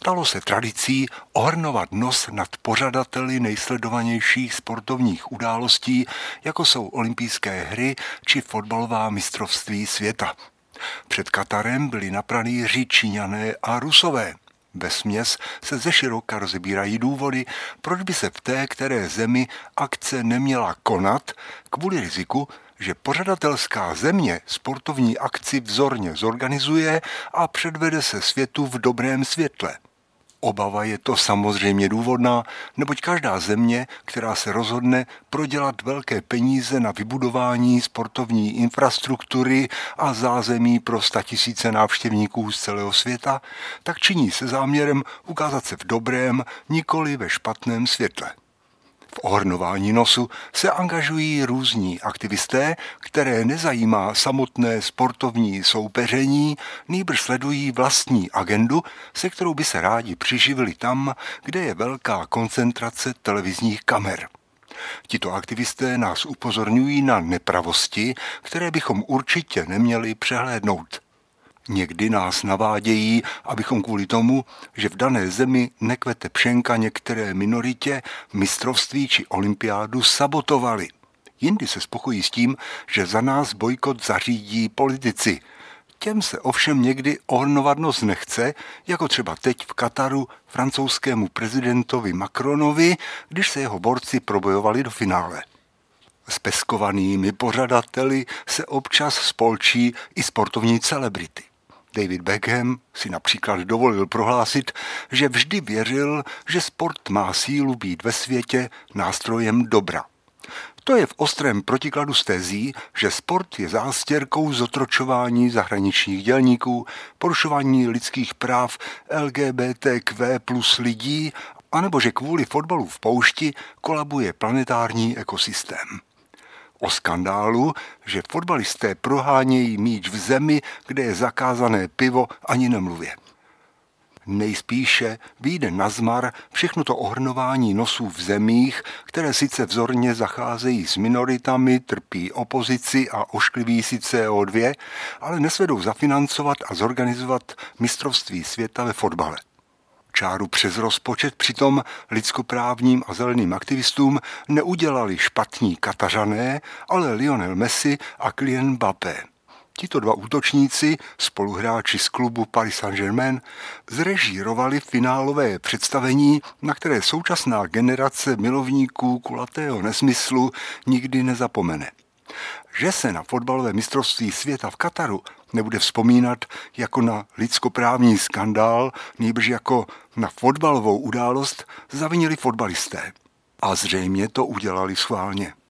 Stalo se tradicí ohrnovat nos nad pořadateli nejsledovanějších sportovních událostí, jako jsou olympijské hry či fotbalová mistrovství světa. Před Katarem byli na pranýři Číňané a Rusové. Vesměs se zeširoka rozebírají důvody, proč by se v té které zemi akce neměla konat kvůli riziku, že pořadatelská země sportovní akci vzorně zorganizuje a předvede se světu v dobrém světle. Obava je to samozřejmě důvodná, neboť každá země, která se rozhodne prodělat velké peníze na vybudování sportovní infrastruktury a zázemí pro statisíce návštěvníků z celého světa, tak činí se záměrem ukázat se v dobrém, nikoli ve špatném světle. V ohrnování nosu se angažují různí aktivisté, které nezajímá samotné sportovní soupeření, nýbrž sledují vlastní agendu, se kterou by se rádi přiživili tam, kde je velká koncentrace televizních kamer. Tito aktivisté nás upozorňují na nepravosti, které bychom určitě neměli přehlédnout. Někdy nás navádějí, abychom kvůli tomu, že v dané zemi nekvete pšenka některé minoritě, mistrovství či olympiádu sabotovali. Jindy se spokojí s tím, že za nás bojkot zařídí politici. Těm se ovšem někdy ohrnovat nos nechce, jako třeba teď v Kataru francouzskému prezidentovi Macronovi, když se jeho borci probojovali do finále. S peskovanými pořadateli se občas spolčí i sportovní celebrity. David Beckham si například dovolil prohlásit, že vždy věřil, že sport má sílu být ve světě nástrojem dobra. To je v ostrém protikladu s tezí, že sport je zástěrkou zotročování zahraničních dělníků, porušování lidských práv LGBTQ plus lidí, anebo že kvůli fotbalu v poušti kolabuje planetární ekosystém. O skandálu, že fotbalisté prohánějí míč v zemi, kde je zakázané pivo, ani nemluvě. Nejspíše vyjde nazmar všechno to ohrnování nosů v zemích, které sice vzorně zacházejí s minoritami, trpí opozici a oškliví si CO2, ale nesvedou zafinancovat a zorganizovat mistrovství světa ve fotbale. Čáru přes rozpočet přitom lidskoprávním a zeleným aktivistům neudělali špatní Katařané, ale Lionel Messi a Kylian Mbappé. Tito dva útočníci, spoluhráči z klubu Paris Saint-Germain, zrežírovali finálové představení, na které současná generace milovníků kulatého nesmyslu nikdy nezapomene. Že se na fotbalové mistrovství světa v Kataru nebude vzpomínat jako na lidskoprávní skandál, nýbrž jako na fotbalovou událost, zavinili fotbalisté. A zřejmě to udělali schválně.